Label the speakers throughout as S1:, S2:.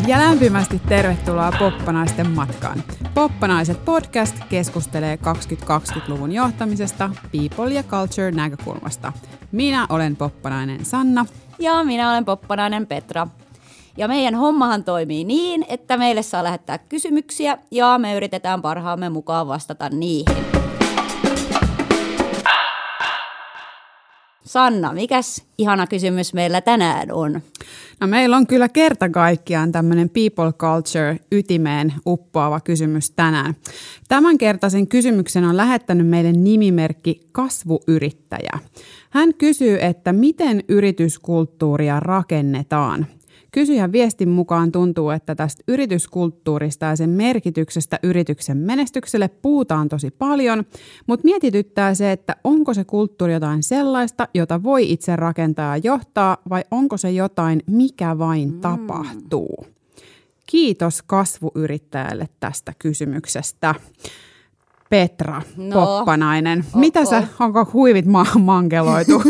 S1: Ja lämpimästi tervetuloa Poppanaisten matkaan. Poppanaiset podcast keskustelee 2020-luvun johtamisesta people ja culture näkökulmasta. Minä olen poppanainen Sanna.
S2: Ja minä olen poppanainen Petra. Ja meidän hommahan toimii niin, että meille saa lähettää kysymyksiä ja me yritetään parhaamme mukaan vastata niihin. Sanna, mikäs ihana kysymys meillä tänään on?
S1: No meillä on kyllä kerta kaikkiaan tämmöinen people culture ytimeen uppoava kysymys tänään. Tämänkertaisen kysymyksen on lähettänyt meille nimimerkki Kasvuyrittäjä. Hän kysyy, että miten yrityskulttuuria rakennetaan. Kysyjän viestin mukaan tuntuu, että tästä yrityskulttuurista ja sen merkityksestä yrityksen menestykselle puhutaan tosi paljon, mutta mietityttää se, että onko se kulttuuri jotain sellaista, jota voi itse rakentaa ja johtaa, vai onko se jotain, mikä vain tapahtuu. Kiitos kasvuyrittäjälle tästä kysymyksestä. Petra, poppanainen. Mitä onko huivit mankeloitu?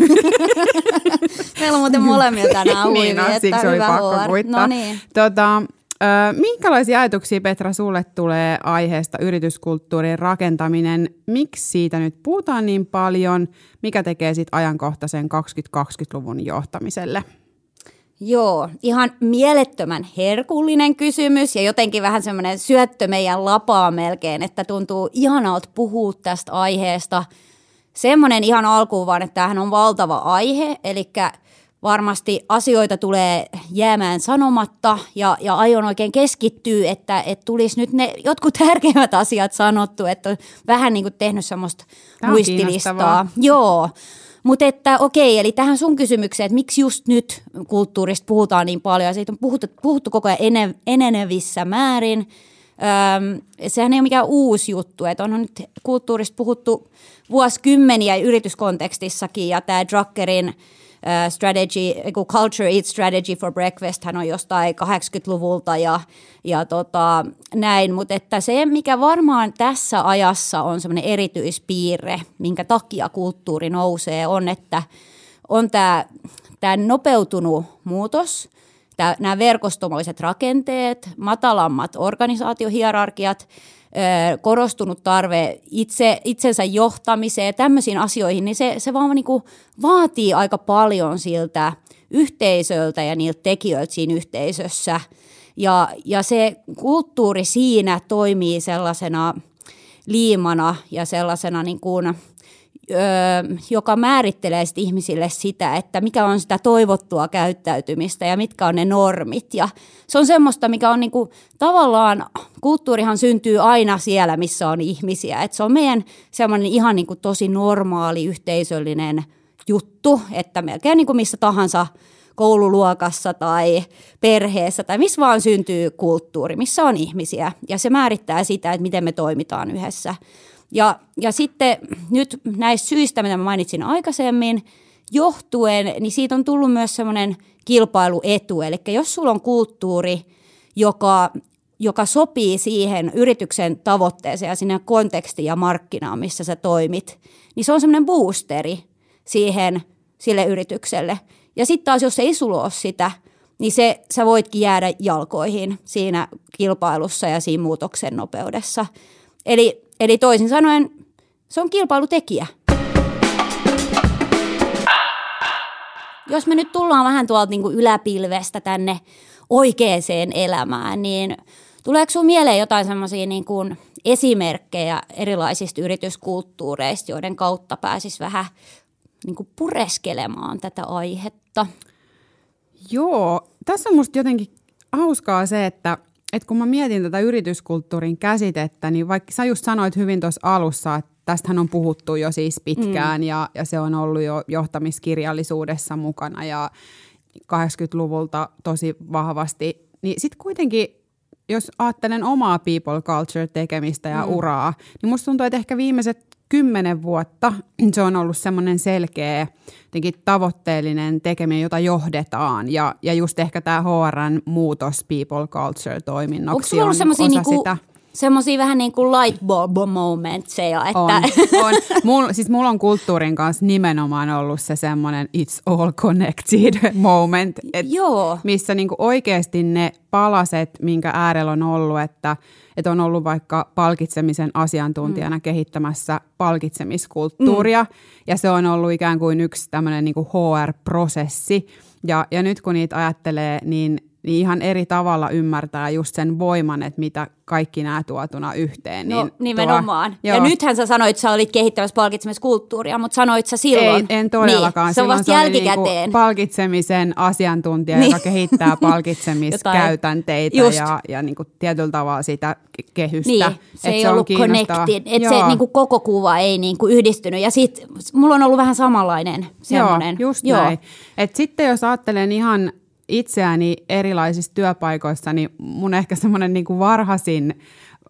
S2: Meillä on muuten molemmilla tänään huivia,
S1: niin, siksi oli pakko kuittaa.
S2: No niin.
S1: Minkälaisia ajatuksia, Petra, sulle tulee aiheesta yrityskulttuurin rakentaminen? Miksi siitä nyt puhutaan niin paljon? Mikä tekee sit ajankohtaisen 2020-luvun johtamiselle?
S2: Joo, ihan mielettömän herkullinen kysymys ja jotenkin vähän semmoinen syöttö meidän lapaa melkein, että tuntuu ihanalta puhua tästä aiheesta. Semmoinen ihan alkuun vaan, että tämähän on valtava aihe, eli varmasti asioita tulee jäämään sanomatta ja aion oikein keskittyä, että tulisi nyt ne jotkut tärkeimmät asiat sanottu, että on vähän niin kuin tehnyt semmoista muistilistaa. Joo. Mutta että okei, eli tähän sun kysymykseen, että miksi just nyt kulttuurista puhutaan niin paljon ja siitä on puhuttu koko ajan enenevissä määrin. Sehän ei ole mikään uusi juttu, että onhan nyt kulttuurista puhuttu vuosikymmeniä yrityskontekstissakin ja tämä Druckerin Culture Eats Strategy for Breakfast hän on jostain 80-luvulta ja näin, mutta että se mikä varmaan tässä ajassa on semmoinen erityispiirre, minkä takia kulttuuri nousee, on, että on tämä nopeutunut muutos, nämä verkostomoiset rakenteet, matalammat organisaatiohierarkiat, korostunut tarve itsensä johtamiseen, tämmöisiin asioihin, niin se vaan niin kuin vaatii aika paljon siltä yhteisöltä ja niiltä tekijöiltä siinä yhteisössä. Ja se kulttuuri siinä toimii sellaisena liimana ja sellaisena niin kuin, joka määrittelee sit ihmisille sitä, että mikä on sitä toivottua käyttäytymistä ja mitkä on ne normit. Ja se on semmoista, mikä on niinku, tavallaan, kulttuurihan syntyy aina siellä, missä on ihmisiä. Et se on meidän semmoinen ihan niinku tosi normaali yhteisöllinen juttu, että melkein niinku missä tahansa koululuokassa tai perheessä tai missä vaan syntyy kulttuuri, missä on ihmisiä. Ja se määrittää sitä, että miten me toimitaan yhdessä. Ja sitten nyt näistä syistä, mitä mä mainitsin aikaisemmin, johtuen, niin siitä on tullut myös semmoinen kilpailuetu. Eli jos sulla on kulttuuri, joka sopii siihen yrityksen tavoitteeseen ja sinne kontekstiin ja markkinaan, missä sä toimit, niin se on semmoinen boosteri sille yritykselle. Ja sitten taas, jos ei sulla ole sitä, niin sä voitkin jäädä jalkoihin siinä kilpailussa ja siinä muutoksen nopeudessa. Eli toisin sanoen, se on kilpailutekijä. Jos me nyt tullaan vähän tuolta niin kuin yläpilvestä tänne oikeaan elämään, niin tuleeko sinulle mieleen jotain sellaisia niin kuin esimerkkejä erilaisista yrityskulttuureista, joiden kautta pääsisi vähän niin kuin pureskelemaan tätä aihetta?
S1: Joo, tässä on musta jotenkin hauskaa se, että kun mä mietin tätä yrityskulttuurin käsitettä, niin vaikka sä just sanoit hyvin tuossa alussa, että tästähän on puhuttu jo siis pitkään ja se on ollut jo johtamiskirjallisuudessa mukana ja 80-luvulta tosi vahvasti, niin sitten kuitenkin, jos ajattelen omaa people culture tekemistä ja uraa, niin musta tuntuu, että ehkä viimeiset 10 vuotta se on ollut semmoinen selkeä tavoitteellinen tekeminen, jota johdetaan. Ja just ehkä tämä HR:n muutos people culture toiminnoksi on osa sitä.
S2: semmoisia vähän niin kuin light bulb momentseja. Että
S1: on. Mulla on kulttuurin kanssa nimenomaan ollut se semmoinen it's all connected moment, missä niinku oikeasti ne palaset, minkä äärellä on ollut, että on ollut vaikka palkitsemisen asiantuntijana kehittämässä palkitsemiskulttuuria, ja se on ollut ikään kuin yksi tämmöinen niinku HR-prosessi, ja nyt kun niitä ajattelee, niin ihan eri tavalla ymmärtää just sen voiman, että mitä kaikki nämä tuotuna yhteen.
S2: No nimenomaan. Ja nythän sä sanoit, että sä olit kehittämässä palkitsemiskulttuuria, mutta sanoit sä silloin?
S1: En todellakaan.
S2: Niin, se on vasta jälkikäteen.
S1: Niinku palkitsemisen asiantuntija, joka kehittää palkitsemiskäytänteitä ja niinku tietyllä tavalla sitä kehystä.
S2: Niin, se ei ollut connected, että se niinku koko kuva ei niinku yhdistynyt. Ja sit mulla on ollut vähän samanlainen semmoinen.
S1: Joo, just näin. Et sitten jos ajattelen ihan itseäni erilaisissa työpaikoissa, niin mun ehkä semmoinen niin kuin varhaisin,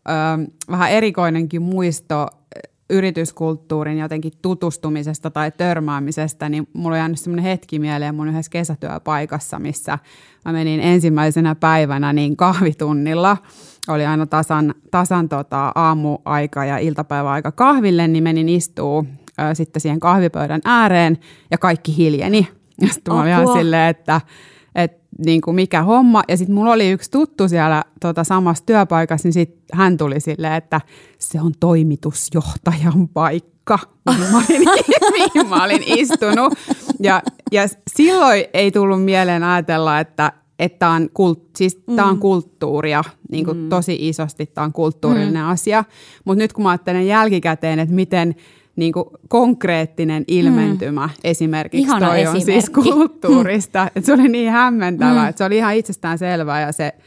S1: vähän erikoinenkin muisto yrityskulttuurin jotenkin tutustumisesta tai törmäämisestä, niin mulla on jäänyt semmoinen hetki mieleen mun yhdessä kesätyöpaikassa, missä mä menin ensimmäisenä päivänä niin kahvitunnilla, oli aina tasan aamuaika ja iltapäiväaika kahville, niin menin istuu sitten siihen kahvipöydän ääreen ja kaikki hiljeni. Ja sitten mä olin ihan silleen, että niin kuin mikä homma. Ja sitten mulla oli yksi tuttu siellä samassa työpaikassa, niin sitten hän tuli silleen, että se on toimitusjohtajan paikka, mihin mä olin istunut. Ja silloin ei tullut mieleen ajatella, että tämä on kulttuuria, niin kuin tosi isosti tämä on kulttuurillinen asia. Mutta nyt kun mä ajattelen jälkikäteen, että miten niin kuin konkreettinen ilmentymä esimerkiksi
S2: ihana
S1: toi on siis kulttuurista. Että se oli niin hämmentävää, että se oli ihan itsestään selvää. Ja se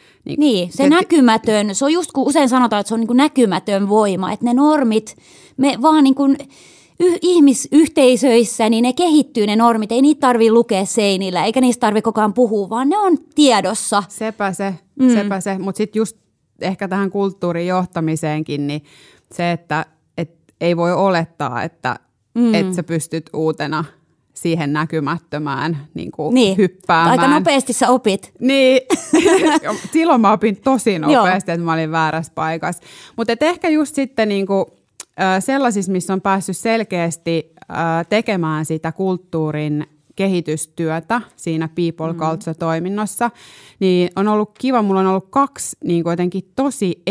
S2: näkymätön, se on just kun usein sanotaan, että se on niin kuin näkymätön voima, että ne normit, me vaan niin kuin ihmisyhteisöissä, niin ne kehittyy ne normit, ei niitä tarvitse lukea seinillä, eikä niistä tarvitse koko ajan puhua, vaan ne on tiedossa.
S1: Sepä se. Mutta sitten just ehkä tähän kulttuurin johtamiseenkin, niin se, että ei voi olettaa, että sä pystyt uutena siihen näkymättömään niin. Hyppäämään.
S2: Aika nopeasti sä opit.
S1: Niin, silloin mä opin tosi nopeasti, että mä olin väärässä paikassa. Mutta ehkä just sitten niinku, sellaisissa, missä on päässyt selkeästi tekemään sitä kulttuurin kehitystyötä siinä People Culture-toiminnossa, niin on ollut kiva, mulla on ollut kaksi niin jotenkin tosi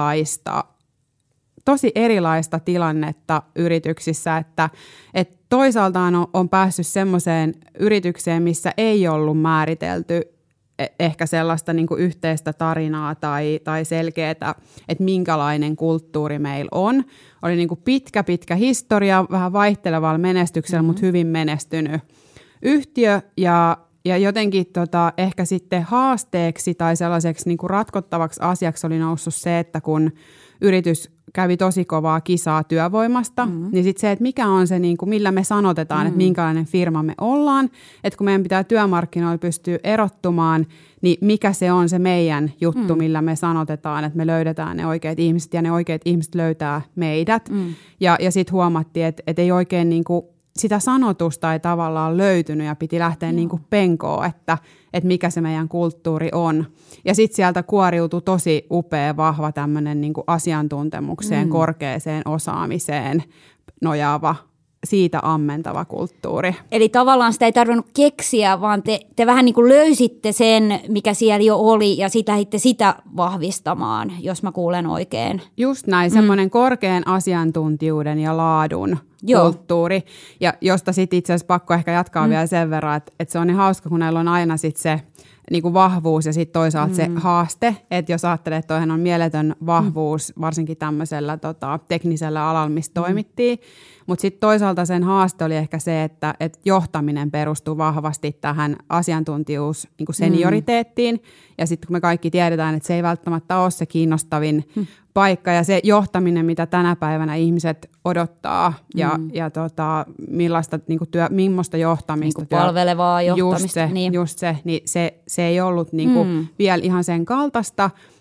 S1: erilaista tilannetta yrityksissä, että toisaalta on päässyt semmoiseen yritykseen, missä ei ollut määritelty ehkä sellaista niin kuin yhteistä tarinaa tai selkeää, että minkälainen kulttuuri meillä on. Oli niin kuin pitkä historia, vähän vaihtelevalla menestyksellä, mutta hyvin menestynyt yhtiö ja jotenkin ehkä sitten haasteeksi tai sellaiseksi niin kuin ratkottavaksi asiaksi oli noussut se, että kun yritys kävi tosi kovaa kisaa työvoimasta, niin sitten se, että mikä on se, niin kuin, millä me sanotetaan, että minkälainen firma me ollaan, että kun meidän pitää työmarkkinoilla pystyä erottumaan, niin mikä se on se meidän juttu, millä me sanotetaan, että me löydetään ne oikeat ihmiset ja ne oikeat ihmiset löytää meidät. Ja sitten huomattiin, että ei oikein niin kuin sitä sanotusta ei tavallaan löytynyt ja piti lähteä niin kuin penkoon, että mikä se meidän kulttuuri on. Ja sitten sieltä kuoriutui tosi upea, vahva tämmöinen niin kuin asiantuntemukseen, korkeaseen osaamiseen nojaava, siitä ammentava kulttuuri.
S2: Eli tavallaan sitä ei tarvinnut keksiä, vaan te vähän niin kuin löysitte sen, mikä siellä jo oli, ja sitten lähditte sitä vahvistamaan, jos mä kuulen oikein.
S1: Just näin, semmoinen korkean asiantuntijuuden ja laadun kulttuuri, ja josta sitten itse asiassa pakko ehkä jatkaa vielä sen verran, että se on niin hauska, kun näillä on aina sitten se niin kuin vahvuus ja sitten toisaalta se haaste, että jos ajattelee, että toihan on mieletön vahvuus, varsinkin tämmöisellä teknisellä alalla, missä toimittiin, mutta sitten toisaalta sen haaste oli ehkä se, että johtaminen perustuu vahvasti tähän asiantuntijuus niin kuin senioriteettiin, ja sitten kun me kaikki tiedetään, että se ei välttämättä ole se kiinnostavin paikka, ja se johtaminen, mitä tänä päivänä ihmiset odottaa, ja millaista, niin kuin millaista johtamista.
S2: Niin kuin palvelevaa johtamista.
S1: Just se, niin se ei ollut niin kuin vielä ihan sen kaltaista,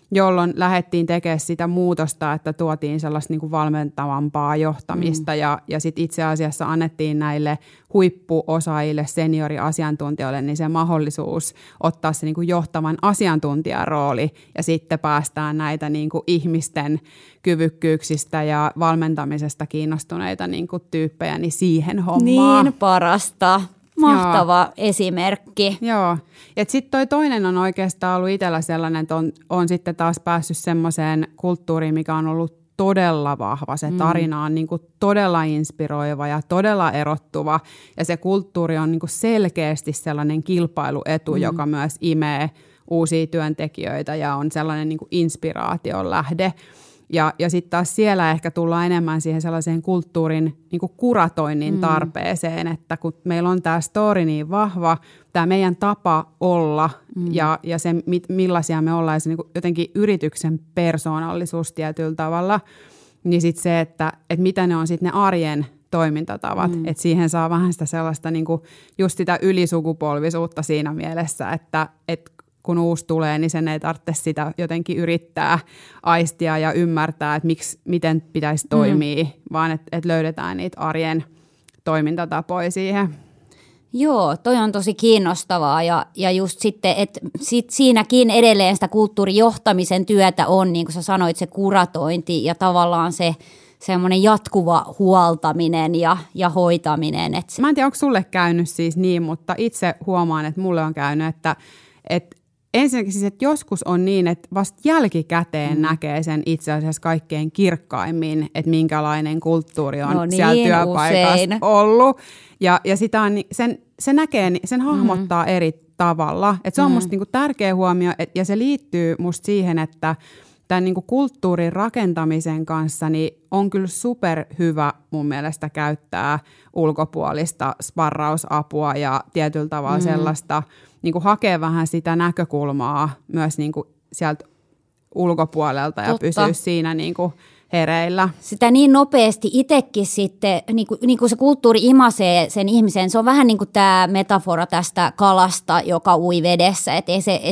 S1: jolloin lähdettiin tekemään sitä muutosta, että tuotiin sellaista niin kuin valmentavampaa johtamista ja sitten itse asiassa annettiin näille huippuosaajille, senioriasiantuntijoille niin se mahdollisuus ottaa se niin kuin johtavan asiantuntijan rooli ja sitten päästään näitä niin kuin ihmisten kyvykkyyksistä ja valmentamisesta kiinnostuneita niin kuin tyyppejä niin siihen hommaan.
S2: Niin parasta. Mahtava esimerkki.
S1: Joo. Ja sitten toi toinen on oikeastaan ollut itsellä sellainen, että on sitten taas päässyt semmoiseen kulttuuriin, mikä on ollut todella vahva. Se tarina on niin kuin todella inspiroiva ja todella erottuva. Ja se kulttuuri on niin kuin selkeästi sellainen kilpailuetu, joka myös imee uusia työntekijöitä ja on sellainen niin kuin inspiraation lähde. Ja sitten taas siellä ehkä tullaan enemmän siihen sellaiseen kulttuurin niin kuin kuratoinnin tarpeeseen, että kun meillä on tämä story niin vahva, tämä meidän tapa olla ja se millaisia me ollaan ja se niin kuin jotenkin yrityksen persoonallisuus tietyllä tavalla, niin sitten se, että mitä ne on sitten ne arjen toimintatavat, että siihen saa vähän sitä sellaista niin kuin just sitä ylisukupolvisuutta siinä mielessä, että kun uusi tulee, niin sen ei tarvitse sitä jotenkin yrittää aistia ja ymmärtää, että miten pitäisi toimia, vaan että löydetään niitä arjen toimintatapoja siihen.
S2: Joo, toi on tosi kiinnostavaa ja just sitten, että siinäkin edelleen sitä kulttuurijohtamisen työtä on, niin kuin sä sanoit, se kuratointi ja tavallaan se semmoinen jatkuva huoltaminen ja hoitaminen.
S1: Mä en tiedä, onko sulle käynyt siis niin, mutta itse huomaan, että mulle on käynyt, että ensinnäkin siis, että joskus on niin, että vasta jälkikäteen näkee sen itse asiassa kaikkein kirkkaimmin, että minkälainen kulttuuri on siellä työpaikassa ollut. Ja sitä on, se näkee, sen hahmottaa eri tavalla. Että se on musta niinku tärkeä huomio ja se liittyy musta siihen, että tämän niinku kulttuurin rakentamisen kanssa niin on kyllä superhyvä mun mielestä käyttää ulkopuolista sparrausapua ja tietyllä tavalla sellaista, niin kuin hakee vähän sitä näkökulmaa myös niin kuin sieltä ulkopuolelta ja pysyä siinä niin kuin hereillä.
S2: Sitä niin nopeasti itsekin sitten, niin kuin se kulttuuri imasee sen ihmisen, se on vähän niin kuin tämä metafora tästä kalasta, joka ui vedessä, että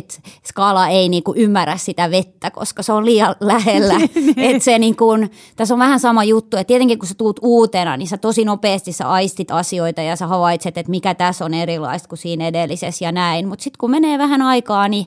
S2: kala ei niin kuin ymmärrä sitä vettä, koska se on liian lähellä. Että se niin kuin, tässä on vähän sama juttu, että tietenkin kun sä tuut uutena, niin sä tosi nopeasti sä aistit asioita ja sä havaitset, että mikä tässä on erilaista kuin siinä edellisessä ja näin. Mutta sitten kun menee vähän aikaa, niin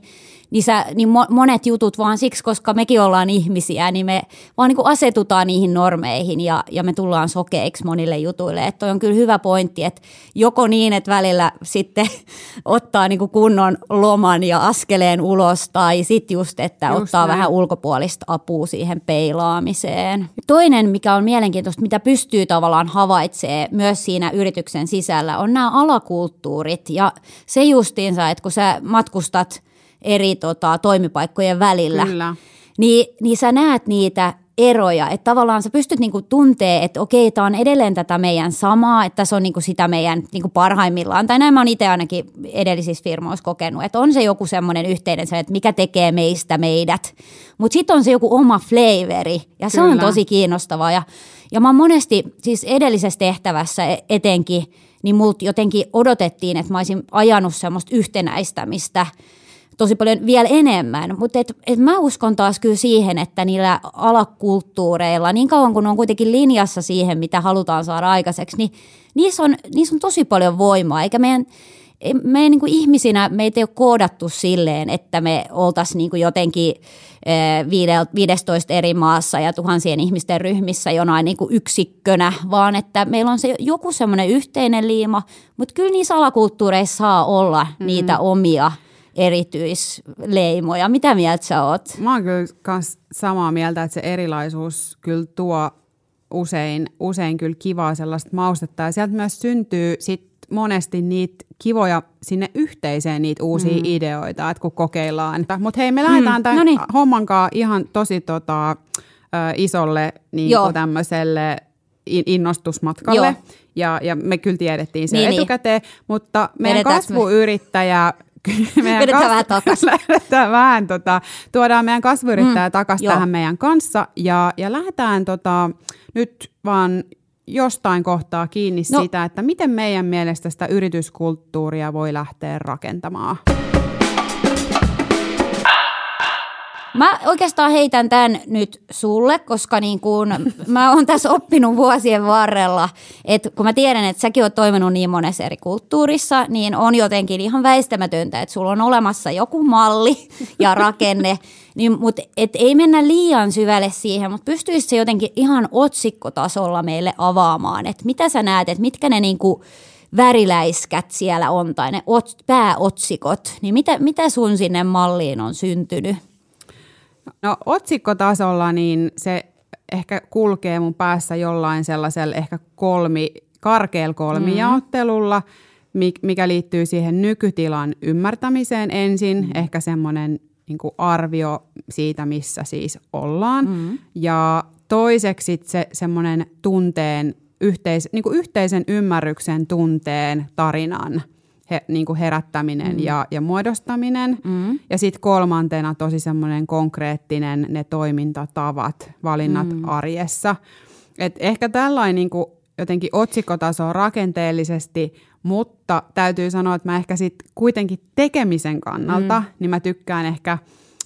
S2: monet jutut vaan siksi, koska mekin ollaan ihmisiä, niin me vaan niin kuin asetutaan niihin normeihin ja me tullaan sokeiksi monille jutuille. Että toi on kyllä hyvä pointti, että joko niin, että välillä sitten ottaa niin kuin kunnon loman ja askeleen ulos, tai sitten just, että just ottaa näin vähän ulkopuolista apua siihen peilaamiseen. Toinen, mikä on mielenkiintoista, mitä pystyy tavallaan havaitsemaan myös siinä yrityksen sisällä, on nämä alakulttuurit. Ja se justiinsa, että kun sä matkustat eri toimipaikkojen välillä, niin sä näet niitä eroja, että tavallaan sä pystyt niinku tuntemaan, että okei, tää on edelleen tätä meidän samaa, että se on niinku sitä meidän niinku parhaimmillaan, tai näin mä oon itse ainakin edellisissä firmoissa kokenut, että on se joku semmoinen yhteinen, että mikä tekee meistä meidät, mutta sitten on se joku oma flavori, ja se on tosi kiinnostavaa, ja mä oon monesti, siis edellisessä tehtävässä etenkin, niin multa jotenkin odotettiin, että mä olisin ajanut semmoista yhtenäistämistä tosi paljon vielä enemmän, mutta mä uskon taas kyllä siihen, että niillä alakulttuureilla, niin kauan kun on kuitenkin linjassa siihen, mitä halutaan saada aikaiseksi, niin niissä on tosi paljon voimaa, eikä meidän niin kuin ihmisinä meitä ei ole koodattu silleen, että me oltaisiin niin kuin jotenkin 15 eri maassa ja tuhansien ihmisten ryhmissä jonain niin kuin yksikkönä, vaan että meillä on se joku semmoinen yhteinen liima, mutta kyllä niissä alakulttuureissa saa olla niitä omia erityisleimoja. Mitä mieltä sä oot?
S1: Mä oon kyllä kans samaa mieltä, että se erilaisuus kyllä tuo usein kyllä kivaa sellaista maustetta. Ja sieltä myös syntyy sit monesti niitä kivoja sinne yhteiseen niitä uusia ideoita, että kun kokeillaan. Mutta hei, me lähdetään tämän hommankaan ihan tosi isolle niin kuin tämmöiselle innostusmatkalle. Ja me kyllä tiedettiin sen etukäteen, mutta meidän kasvuyrittäjä tuodaan meidän kasvuyrittäjä takaisin tähän meidän kanssa ja lähdetään nyt vaan jostain kohtaa kiinni siitä, että miten meidän mielestä sitä yrityskulttuuria voi lähteä rakentamaan.
S2: Mä oikeastaan heitän tämän nyt sulle, koska niin kun mä oon tässä oppinut vuosien varrella, että kun mä tiedän, että säkin oot toiminut niin monessa eri kulttuurissa, niin on jotenkin ihan väistämätöntä, että sulla on olemassa joku malli ja rakenne, niin, mutta ei mennä liian syvälle siihen, mutta pystyisi se jotenkin ihan otsikkotasolla meille avaamaan, että mitä sä näet, että mitkä ne niinku väriläiskät siellä on tai ne pääotsikot, niin mitä sun sinne malliin on syntynyt?
S1: No otsikkotasolla niin se ehkä kulkee mun päässä jollain sellaisella ehkä karkealla kolmijaottelulla, mikä liittyy siihen nykytilan ymmärtämiseen ensin, ehkä semmoinen niin kuin arvio siitä, missä siis ollaan. Ja toiseksi se semmoinen tunteen, niin kuin yhteisen ymmärryksen tunteen tarinan niin kuin herättäminen ja muodostaminen. Ja sitten kolmantena tosi semmoinen konkreettinen ne toimintatavat, valinnat arjessa. Et ehkä tällainen niin kuin jotenkin otsikkotaso rakenteellisesti, mutta täytyy sanoa, että mä ehkä sitten kuitenkin tekemisen kannalta, niin mä tykkään ehkä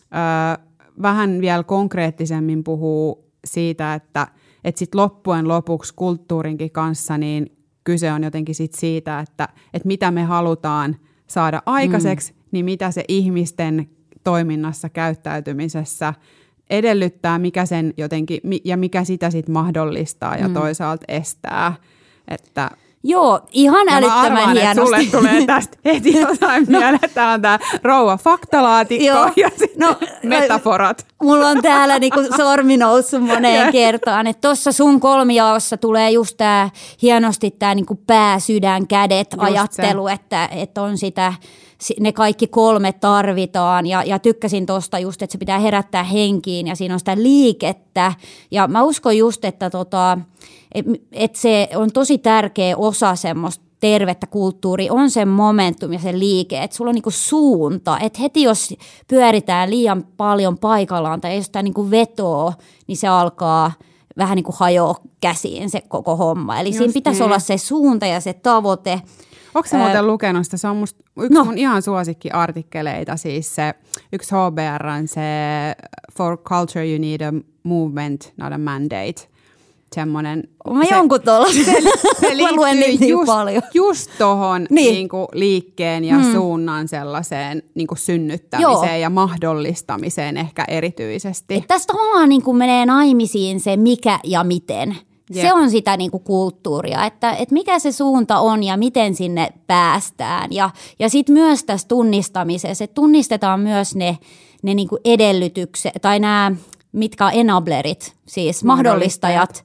S1: vähän vielä konkreettisemmin puhua siitä, että sit loppujen lopuksi kulttuurinkin kanssa niin kyse on jotenkin sit siitä, että mitä me halutaan saada aikaiseksi, niin mitä se ihmisten toiminnassa, käyttäytymisessä edellyttää, mikä sen jotenkin, ja mikä sitä sitten mahdollistaa ja toisaalta estää. Että
S2: joo, ihan älyttömän
S1: arvaan,
S2: hienosti.
S1: Sulle tulee tästä heti jotain mieleen. Tämä on tämä rouva faktalaatikko ja sitten metaforat.
S2: Mulla on täällä niinku sormi noussut moneen kertaan. Että tuossa sun kolmijaossa tulee just tämä hienosti tämä niinku pää, sydän, kädet just ajattelu, että on sitä, ne kaikki kolme tarvitaan. Ja tykkäsin tuosta just, että se pitää herättää henkiin ja siinä on sitä liikettä. Ja mä uskon just, että että se on tosi tärkeä osa semmoista tervettä kulttuuria, on se momentum ja se liike, että sulla on niinku suunta, että heti jos pyöritään liian paljon paikallaan tai ei sitä niinku vetoo, niin se alkaa vähän niinku hajoa käsiin se koko homma. Eli just siinä pitäisi olla se suunta ja se tavoite.
S1: Onko sä muuten lukenut sitä? Se on musta yksi mun ihan suosikkiartikkeleita, siis se yksi HBR:n se For Culture You Need a Movement, Not a Mandate. Semmoinen.
S2: Mä jonkun tuollaisen.
S1: Se liittyy just tuohon niinku liikkeen ja suunnan sellaiseen niinku synnyttämiseen ja mahdollistamiseen ehkä erityisesti.
S2: Et tässä tavallaan niinku menee naimisiin se mikä ja miten. Se on sitä niinku kulttuuria, että mikä se suunta on ja miten sinne päästään. Ja sitten myös tässä tunnistamisessa, että tunnistetaan myös ne niinku edellytykset tai nämä mitkä on enablerit, siis mahdollistajat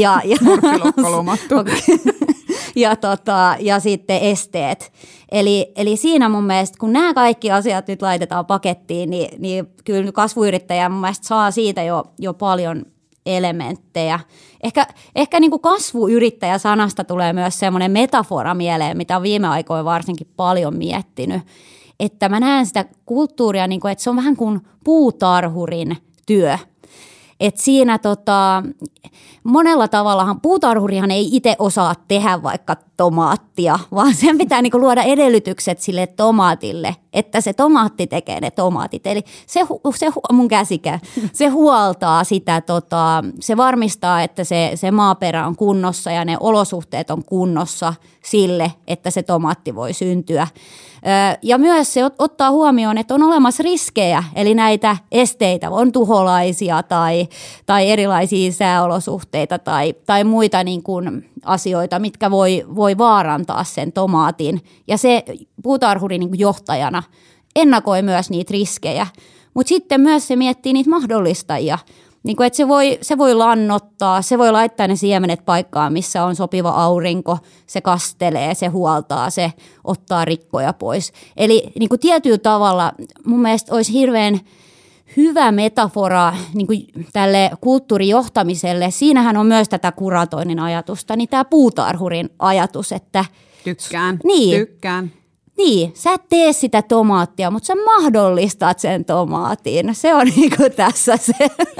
S2: ja sitten esteet. Eli siinä mun mielestä, kun nämä kaikki asiat nyt laitetaan pakettiin, niin kyllä kasvuyrittäjä mun mielestä saa siitä jo paljon elementtejä. Ehkä niin kuin kasvuyrittäjä-sanasta tulee myös semmoinen metafora mieleen, mitä on viime aikoina varsinkin paljon miettinyt, että mä näen sitä kulttuuria, niin kuin, että se on vähän kuin puutarhurin työ. Että siinä monella tavallahan puutarhurihan ei itse osaa tehdä vaikka tomaattia, vaan sen pitää niinku luoda edellytykset sille tomaatille, että se tomaatti tekee ne tomaatit. Eli mun käsikä, se huoltaa sitä, se varmistaa, että se maaperä on kunnossa ja ne olosuhteet on kunnossa sille, että se tomaatti voi syntyä. Ja myös se ottaa huomioon, että on olemassa riskejä, eli näitä esteitä, on tuholaisia tai erilaisia sääolosuhteita tai muita niin kuin asioita, mitkä voi vaarantaa sen tomaatin. Ja se puutarhuri niin kuin johtajana ennakoi myös niitä riskejä, mutta sitten myös se miettii niitä mahdollistajia. Niin kuin, että se voi lannottaa, se voi laittaa ne siemenet paikkaan, missä on sopiva aurinko, se kastelee, se huoltaa, se ottaa rikkoja pois. Eli niin kuin tietyllä tavalla mun mielestä olisi hirveän hyvä metafora niin kuin tälle kulttuurijohtamiselle. Siinähän on myös tätä kuratoinnin ajatusta, niin tämä puutarhurin ajatus, että
S1: Tykkään.
S2: Niin, sä et tee sitä tomaattia, mutta sä mahdollistat sen tomaatin. Se on niinku tässä se.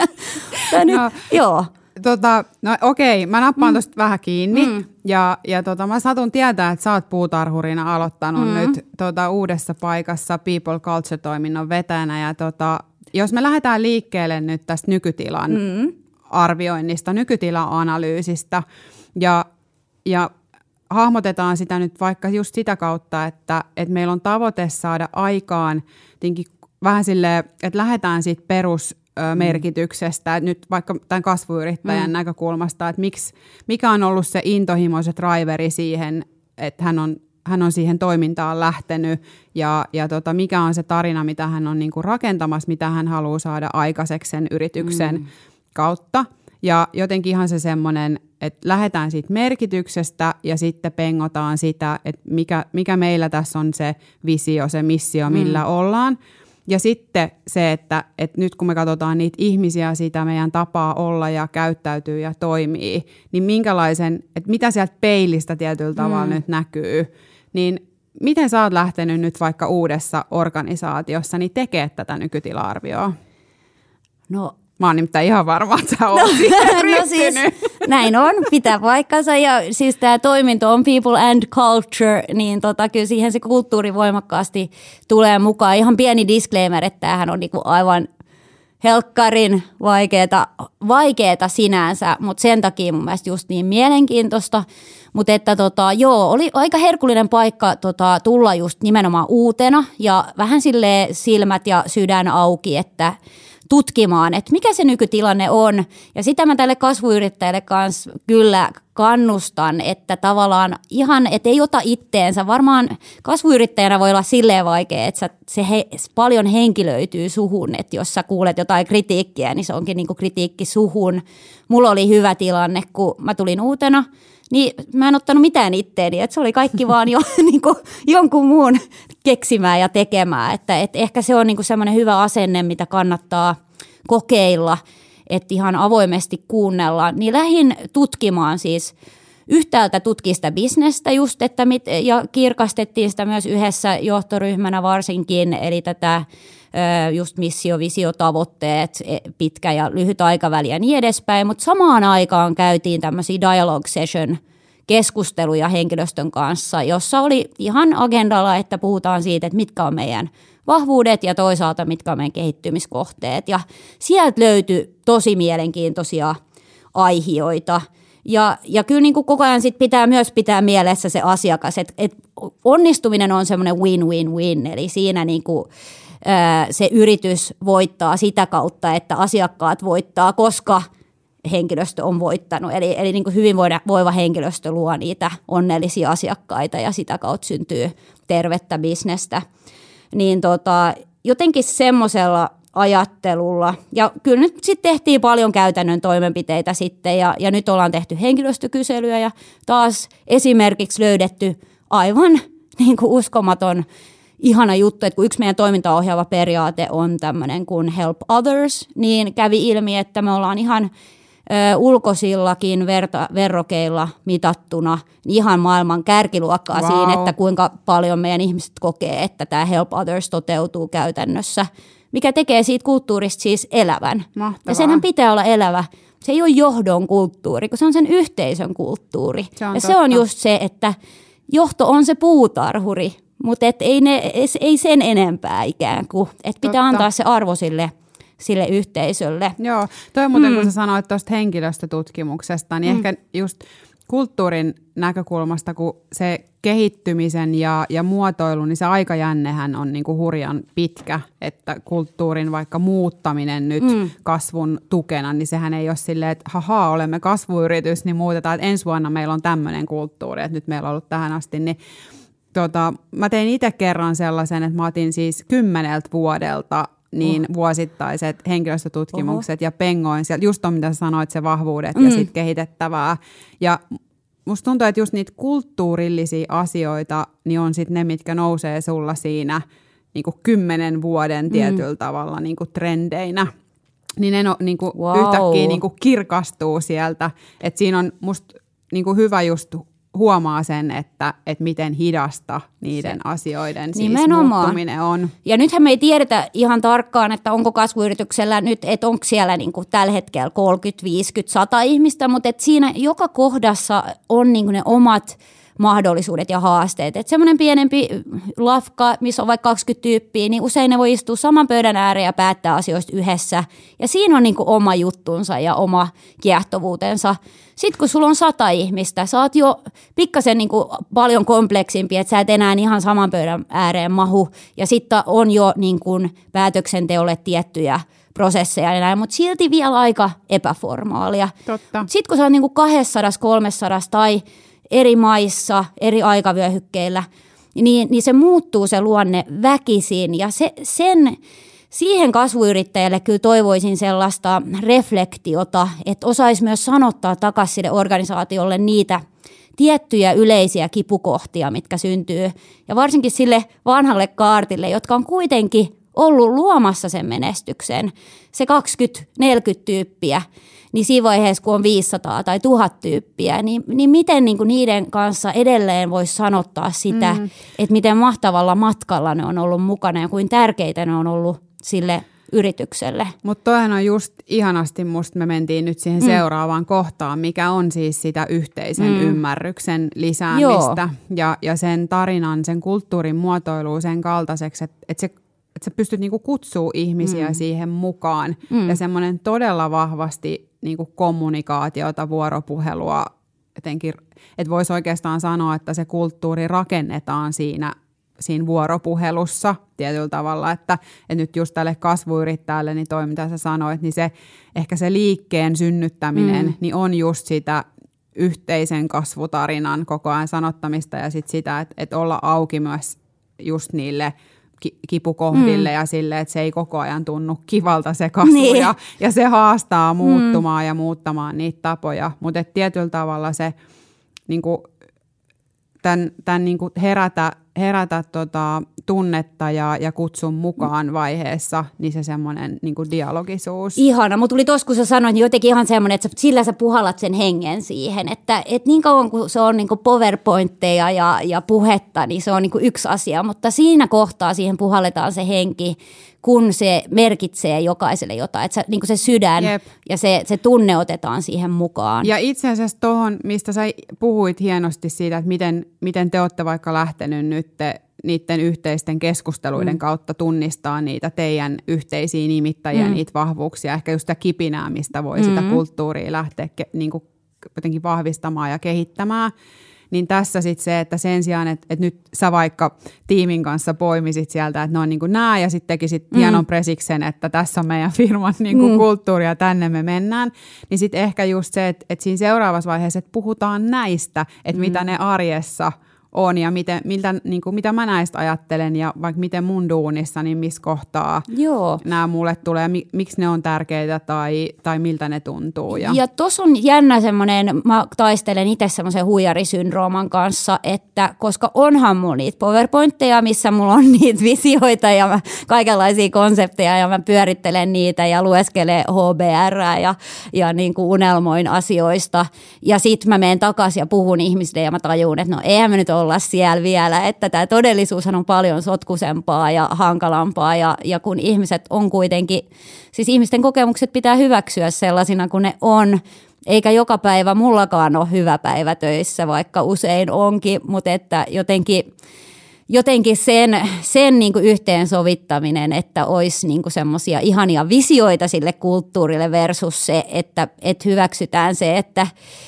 S2: Joo.
S1: No okei, mä nappaan tosta vähän kiinni ja mä satun tietää, että sä oot puutarhurina aloittanut nyt uudessa paikassa People Culture-toiminnon vetäjänä ja jos me lähdetään liikkeelle nyt tästä nykytilan arvioinnista, nykytila-analyysistä ja hahmotetaan sitä nyt vaikka just sitä kautta, että meillä on tavoite saada aikaan vähän silleen, että lähdetään siitä perusmerkityksestä, nyt vaikka tämän kasvuyrittäjän näkökulmasta, että mikä on ollut se intohimo, se driveri siihen, että hän on siihen toimintaan lähtenyt ja mikä on se tarina, mitä hän on niinku rakentamassa, mitä hän haluaa saada aikaiseksi sen yrityksen kautta. Ja jotenkin ihan se semmoinen, että lähdetään siitä merkityksestä ja sitten pengotaan sitä, että mikä meillä tässä on se visio, se missio, millä ollaan. Ja sitten se, että nyt kun me katsotaan niitä ihmisiä, sitä meidän tapaa olla ja käyttäytyy ja toimii, niin että mitä sieltä peilistä tietyllä tavalla nyt näkyy, niin miten sä oot lähtenyt nyt vaikka uudessa organisaatiossa niin tekemään tätä nykytila-arvioa?
S2: No,
S1: mä oon nimittäin ihan varma, että sä oot
S2: no siis, näin on, pitää paikkansa ja siis tämä toiminto on people and culture, niin kyllä siihen se kulttuuri voimakkaasti tulee mukaan. Ihan pieni disclaimer, että tämähän on niinku aivan helkkarin vaikeeta sinänsä, mutta sen takia mun mielestä just niin mielenkiintoista. Mutta että oli aika herkullinen paikka tulla just nimenomaan uutena ja vähän silleen silmät ja sydän auki, että tutkimaan, että mikä se nykytilanne on. Ja sitä mä tälle kasvuyrittäjälle kanssa kyllä kannustan, että tavallaan ihan, että ei ota itteensä. Varmaan kasvuyrittäjänä voi olla silleen vaikea, että paljon henkilöityy suhun, että jos sä kuulet jotain kritiikkiä, niin se onkin niinku kritiikki suhun. Mulla oli hyvä tilanne, kun mä tulin uutena, niin mä en ottanut mitään itteeni, että se oli kaikki vaan jo niinku jonkun muun keksimää ja tekemää, että ehkä se on niinku semmoinen hyvä asenne, mitä kannattaa kokeilla, että ihan avoimesti kuunnella, niin lähdin tutkimaan siis yhtäältä tutkia sitä bisnestä just, ja kirkastettiin sitä myös yhdessä johtoryhmänä varsinkin, eli tätä just missio, visio, tavoitteet, pitkä ja lyhyt aikaväli ja niin edespäin, mutta samaan aikaan käytiin tämmöisiä dialogue session keskusteluja henkilöstön kanssa, jossa oli ihan agendalla, että puhutaan siitä, että mitkä on meidän vahvuudet ja toisaalta mitkä on meidän kehittymiskohteet. Ja sieltä löytyi tosi mielenkiintoisia aihioita. Ja kyllä niin kuin koko ajan sit pitää myös pitää mielessä se asiakas, että onnistuminen on semmoinen win-win-win, eli siinä niin kuin se yritys voittaa sitä kautta, että asiakkaat voittaa, koska henkilöstö on voittanut. Eli niin kuin hyvinvoiva henkilöstö luo niitä onnellisia asiakkaita ja sitä kautta syntyy tervettä bisnestä. Niin jotenkin semmoisella ajattelulla. Ja kyllä nyt sitten tehtiin paljon käytännön toimenpiteitä sitten ja nyt ollaan tehty henkilöstökyselyä ja taas esimerkiksi löydetty aivan niin kuin uskomaton ihana juttu, että kun yksi meidän toimintaohjaava periaate on tämmöinen kuin help others, niin kävi ilmi, että me ollaan ihan ulkoisillakin verrokeilla mitattuna niin ihan maailman kärkiluokkaa siinä, että kuinka paljon meidän ihmiset kokee, että tämä help others toteutuu käytännössä, mikä tekee siitä kulttuurista siis elävän.
S1: Mahtavaa.
S2: Ja senhän pitää olla elävä. Se ei ole johdon kulttuuri, kun se on sen yhteisön kulttuuri. Se on just se, että johto on se puutarhuri, mutta ei sen enempää ikään kuin. Että pitää antaa se arvo sille yhteisölle.
S1: Joo, toi muuten kun sä sanoit tuosta henkilöstötutkimuksesta, niin ehkä just kulttuurin näkökulmasta, kun se kehittymisen ja muotoilu, niin se aikajännehän on niinku hurjan pitkä, että kulttuurin vaikka muuttaminen nyt kasvun tukena, niin sehän ei ole silleen, että olemme kasvuyritys, niin muutetaan, että ensi vuonna meillä on tämmöinen kulttuuri, että nyt meillä on ollut tähän asti, niin mä tein itse kerran sellaisen, että mä otin siis 10 vuodelta niin vuosittaiset henkilöstötutkimukset ja pengoin sieltä, just on mitä sä sanoit, se vahvuudet ja sitten kehitettävää. Ja musta tuntuu, että just niitä kulttuurillisia asioita, niin on sitten ne, mitkä nousee sulla siinä niinku 10 vuoden tietyllä tavalla niinku trendeinä. Niin ne niinku yhtäkkiä niinku kirkastuu sieltä. Että siinä on musta niinku hyvä just huomaa sen, että miten hidasta niiden asioiden siis muuttuminen on.
S2: Ja nythän me ei tiedetä ihan tarkkaan, että onko kasvuyrityksellä nyt, että onko siellä niin kuin tällä hetkellä 30, 50, 100 ihmistä, mutta että siinä joka kohdassa on niin kuin ne omat mahdollisuudet ja haasteet. Että semmoinen pienempi lafka, missä on vaikka 20 tyyppiä, niin usein ne voi istua saman pöydän ääreen ja päättää asioista yhdessä. Ja siinä on niin kuin oma juttunsa ja oma kiehtovuutensa. Sitten kun sulla on 100 ihmistä, sä oot jo pikkasen niin kuin paljon kompleksimpi, että sä et enää ihan saman pöydän ääreen mahu. Ja sitten on jo niin kuin päätöksenteolle tiettyjä prosesseja ja näin, mutta silti vielä aika epäformaalia. Sitten kun sä oot niin kuin 200, 300 tai eri maissa, eri aikavyöhykkeillä, niin se muuttuu se luonne väkisin ja siihen kasvuyrittäjälle kyllä toivoisin sellaista reflektiota, että osaisi myös sanottaa takaisin sille organisaatiolle niitä tiettyjä yleisiä kipukohtia, mitkä syntyy. Ja varsinkin sille vanhalle kaartille, jotka on kuitenkin ollut luomassa sen menestyksen, se 20-40 tyyppiä, niin siinä vaiheessa, kun on 500 tai 1000 tyyppiä, niin miten niin kuin niiden kanssa edelleen voisi sanottaa sitä, että miten mahtavalla matkalla ne on ollut mukana ja kuin tärkeitä ne on ollut sille yritykselle.
S1: Mutta toihan on just ihanasti, musta me mentiin nyt siihen seuraavaan kohtaan, mikä on siis sitä yhteisen ymmärryksen lisäämistä ja sen tarinan, sen kulttuurin muotoilua sen kaltaiseksi, että sä pystyt niinku kutsua ihmisiä siihen mukaan ja semmoinen todella vahvasti niinku kommunikaatiota, vuoropuhelua, jotenkin, että voisi oikeastaan sanoa, että se kulttuuri rakennetaan siinä vuoropuhelussa tietyllä tavalla, että nyt just tälle kasvuyrittäjälle, niin toi mitä sä sanoit, niin se ehkä se liikkeen synnyttäminen niin on just sitä yhteisen kasvutarinan koko ajan sanottamista ja sit sitä, että olla auki myös just niille kipukohdille ja sille, että se ei koko ajan tunnu kivalta se kasvu ja se haastaa muuttumaan ja muuttamaan niitä tapoja, mutta tietyllä tavalla se niinku, tämän niinku herätä tunnetta ja kutsun mukaan vaiheessa, niin se semmoinen niinku dialogisuus.
S2: Ihana, mutta tuli tuossa, kun sä sanoit, niin jotenkin ihan semmoinen, että sillä sä puhallat sen hengen siihen, että niin kauan kun se on niinku PowerPointteja ja puhetta, niin se on niinku yksi asia, mutta siinä kohtaa siihen puhalletaan se henki, kun se merkitsee jokaiselle jotain, että niinku se sydän ja se tunne otetaan siihen mukaan.
S1: Ja itse asiassa tuohon, mistä sä puhuit hienosti siitä, että miten te olette vaikka lähtenyt nyt niiden yhteisten keskusteluiden kautta tunnistaa niitä teidän yhteisiä nimittäjiä, niitä vahvuuksia, ehkä just sitä kipinää, mistä voi sitä kulttuuria lähteä niinku jotenkin vahvistamaan ja kehittämään. Niin tässä sitten se, että sen sijaan, että nyt sä vaikka tiimin kanssa poimisit sieltä, että ne on niin kuin nämä ja sitten tekisit hienon presiksen, että tässä on meidän firman niin kuin kulttuuri ja tänne me mennään, niin sitten ehkä just se, että siinä seuraavassa vaiheessa, että puhutaan näistä, että mitä ne arjessa on ja mitä mä näistä ajattelen ja vaikka miten mun duunissa, niin missä kohtaa nämä mulle tulee, miksi ne on tärkeitä tai miltä ne tuntuu.
S2: Ja tuossa on jännä semmoinen, mä taistelen itse semmoisen huijarisyndrooman kanssa, että koska onhan mulla niitä PowerPointteja, missä mulla on niitä visioita ja kaikenlaisia konsepteja ja mä pyörittelen niitä ja lueskelen HBR:ää ja niin kuin unelmoin asioista ja sit mä menen takaisin ja puhun ihmisille ja mä tajun, että no eihän me nyt olla siellä vielä, että tämä todellisuushan on paljon sotkusempaa ja hankalampaa ja kun ihmiset on kuitenkin, siis ihmisten kokemukset pitää hyväksyä sellaisina kuin ne on, eikä joka päivä mullakaan ole hyvä päivä töissä, vaikka usein onkin, mutta että jotenkin sen niin kuin yhteensovittaminen, että olisi niin kuin semmoisia ihania visioita sille kulttuurille versus se, että hyväksytään se, että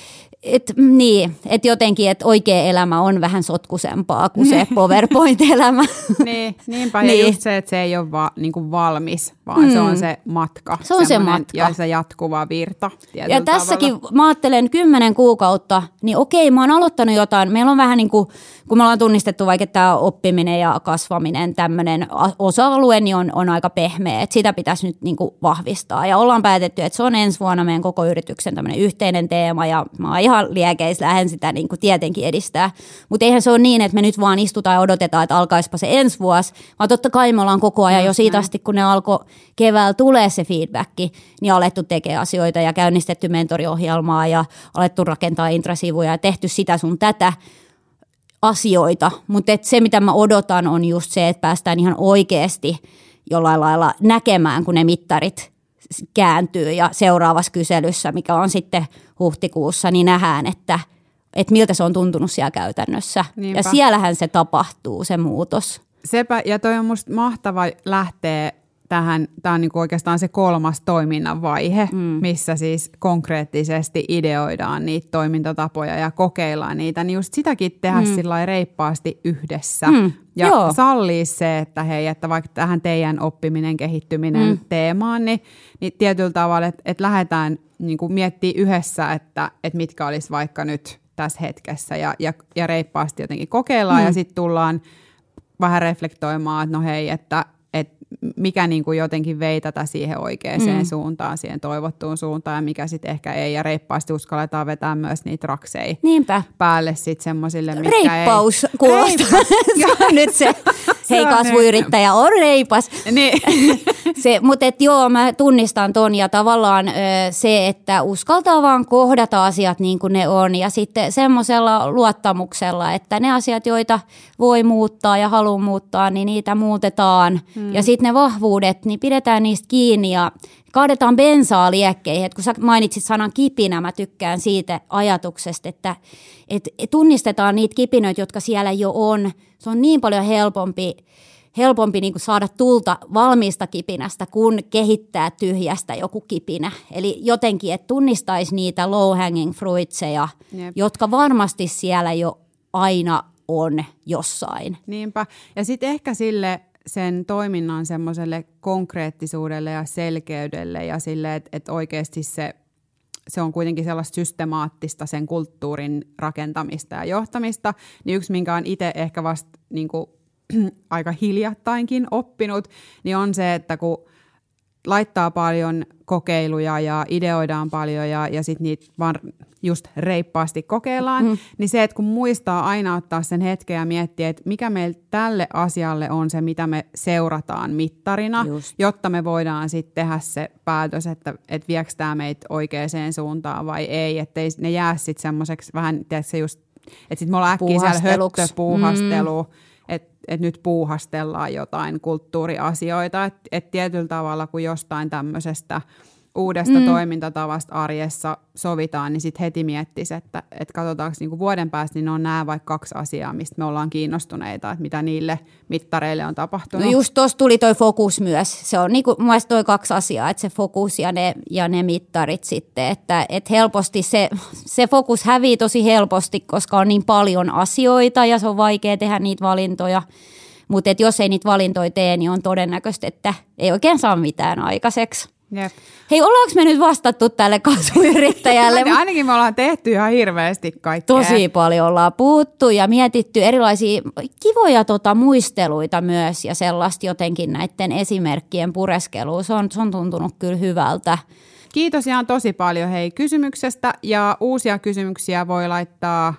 S2: jotenkin, että oikea elämä on vähän sotkusempaa kuin se PowerPoint-elämä.
S1: Niinpä, ja just se, että se ei ole niin kuin valmis, vaan se on se matka.
S2: Se on se matka.
S1: Ja se jatkuva virta.
S2: Ja tässäkin mä ajattelen 10 kuukautta, niin okei, mä oon aloittanut jotain. Meillä on vähän niin kuin, kun me ollaan tunnistettu vaikka tämä oppiminen ja kasvaminen, tämmöinen osa-alue, niin on aika pehmeä. Että sitä pitäisi nyt niin kuin vahvistaa. Ja ollaan päätetty, että se on ensi vuonna meidän koko yrityksen tämmöinen yhteinen teema, ja mä oon ihan liekeis lähden sitä niin kuin tietenkin edistää. Mutta eihän se ole niin, että me nyt vaan istutaan ja odotetaan, että alkaispa se ensi vuosi, vaan totta kai me ollaan koko ajan jo siitä asti, kun ne alkoi keväällä tulee se feedbacki, niin alettu tekemään asioita ja käynnistetty mentoriohjelmaa ja alettu rakentaa intrasivuja ja tehty sitä sun tätä asioita. Mutta se, mitä mä odotan, on just se, että päästään ihan oikeasti jollain lailla näkemään, kun ne mittarit kääntyy ja seuraavassa kyselyssä, mikä on sitten huhtikuussa, niin nähdään, että että miltä se on tuntunut siellä käytännössä.
S1: Niinpä.
S2: Ja siellähän se tapahtuu, se muutos.
S1: Sepä, ja toi on musta mahtava lähteä tähän, tämä on niin kuin oikeastaan se 3. toiminnan vaihe, missä siis konkreettisesti ideoidaan niitä toimintatapoja ja kokeillaan niitä, niin just sitäkin tehdä sillä reippaasti yhdessä. Ja sallii se, että hei, että vaikka tähän teidän oppiminen, kehittyminen teemaan, niin tietyllä tavalla, että lähdetään niin kuin miettimään yhdessä, että mitkä olisi vaikka nyt tässä hetkessä ja reippaasti jotenkin kokeillaan ja sitten tullaan vähän reflektoimaan, että no hei, että mikä niin kuin jotenkin vei tätä siihen oikeaan suuntaan, siihen toivottuun suuntaan ja mikä sitten ehkä ei. Ja reippaasti uskalletaan vetää myös niitä rakseja päälle sitten semmoisille, mitkä
S2: reippaus kuulostaa. Se on nyt se, hei kasvuyrittäjä on reipas.
S1: Niin.
S2: Mutta joo, mä tunnistan ton ja tavallaan se, että uskaltaa vaan kohdata asiat niin kuin ne on. Ja sitten semmoisella luottamuksella, että ne asiat, joita voi muuttaa ja haluaa muuttaa, niin niitä muutetaan. Ja sitten ne vahvuudet, niin pidetään niistä kiinni ja kaadetaan bensaa liekkeihin. Et kun sä mainitsit sanan kipinä, mä tykkään siitä ajatuksesta, että tunnistetaan niitä kipinöitä, jotka siellä jo on. Se on niin paljon helpompi niin kuin saada tulta valmiista kipinästä, kun kehittää tyhjästä joku kipinä. Eli jotenkin, että tunnistaisi niitä low hanging fruitseja, jotka varmasti siellä jo aina on jossain.
S1: Niinpä. Ja sitten ehkä sille sen toiminnan semmoiselle konkreettisuudelle ja selkeydelle ja sille, että oikeasti se on kuitenkin sellaista systemaattista sen kulttuurin rakentamista ja johtamista, niin yksi, minkä on itse ehkä vasta niin kuin aika hiljattainkin oppinut, niin on se, että kun laittaa paljon kokeiluja ja ideoidaan paljon ja sitten niitä vaan just reippaasti kokeillaan, niin se, että kun muistaa aina ottaa sen hetken ja miettiä, että mikä meillä tälle asialle on se, mitä me seurataan mittarina, jotta me voidaan sitten tehdä se päätös, että viekö tämä meitä oikeaan suuntaan vai ei, ettei ne jää sitten semmoiseksi vähän, tiedätkö just, että sitten me ollaan äkkiä siellä höttöpuuhastelu, että nyt puuhastellaan jotain kulttuuriasioita, että tietyllä tavalla kun jostain tämmöisestä uudesta toimintatavasta arjessa sovitaan, niin sitten heti miettisi, että katsotaanko niinku vuoden päästä, niin on nämä vaikka 2 asiaa, mistä me ollaan kiinnostuneita, että mitä niille mittareille on tapahtunut.
S2: No just tuossa tuli toi fokus myös. Se on niinku mun mielestä toi 2 asiaa, että se fokus ja ne mittarit sitten, että helposti se fokus hävii tosi helposti, koska on niin paljon asioita ja se on vaikea tehdä niitä valintoja. Mutta jos ei niitä valintoja tee, niin on todennäköistä, että ei oikein saa mitään aikaiseksi.
S1: Jep.
S2: Hei, ollaanko me nyt vastattu tälle kasvuyrittäjälle?
S1: Ainakin me ollaan tehty ihan hirveästi kaikkea.
S2: Tosi paljon ollaan puhuttu ja mietitty erilaisia kivoja muisteluita myös ja sellaista jotenkin näiden esimerkkien pureskelua. Se on tuntunut kyllä hyvältä.
S1: Kiitos ihan tosi paljon kysymyksestä ja uusia kysymyksiä voi laittaa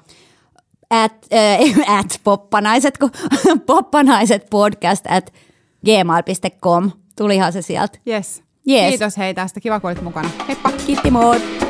S1: poppanaisetpodcast@gmail.com. Tulihan se sieltä. Yes. Kiitos tästä. Kiva, kun olit mukana. Heippa.
S2: Kiitti, moi.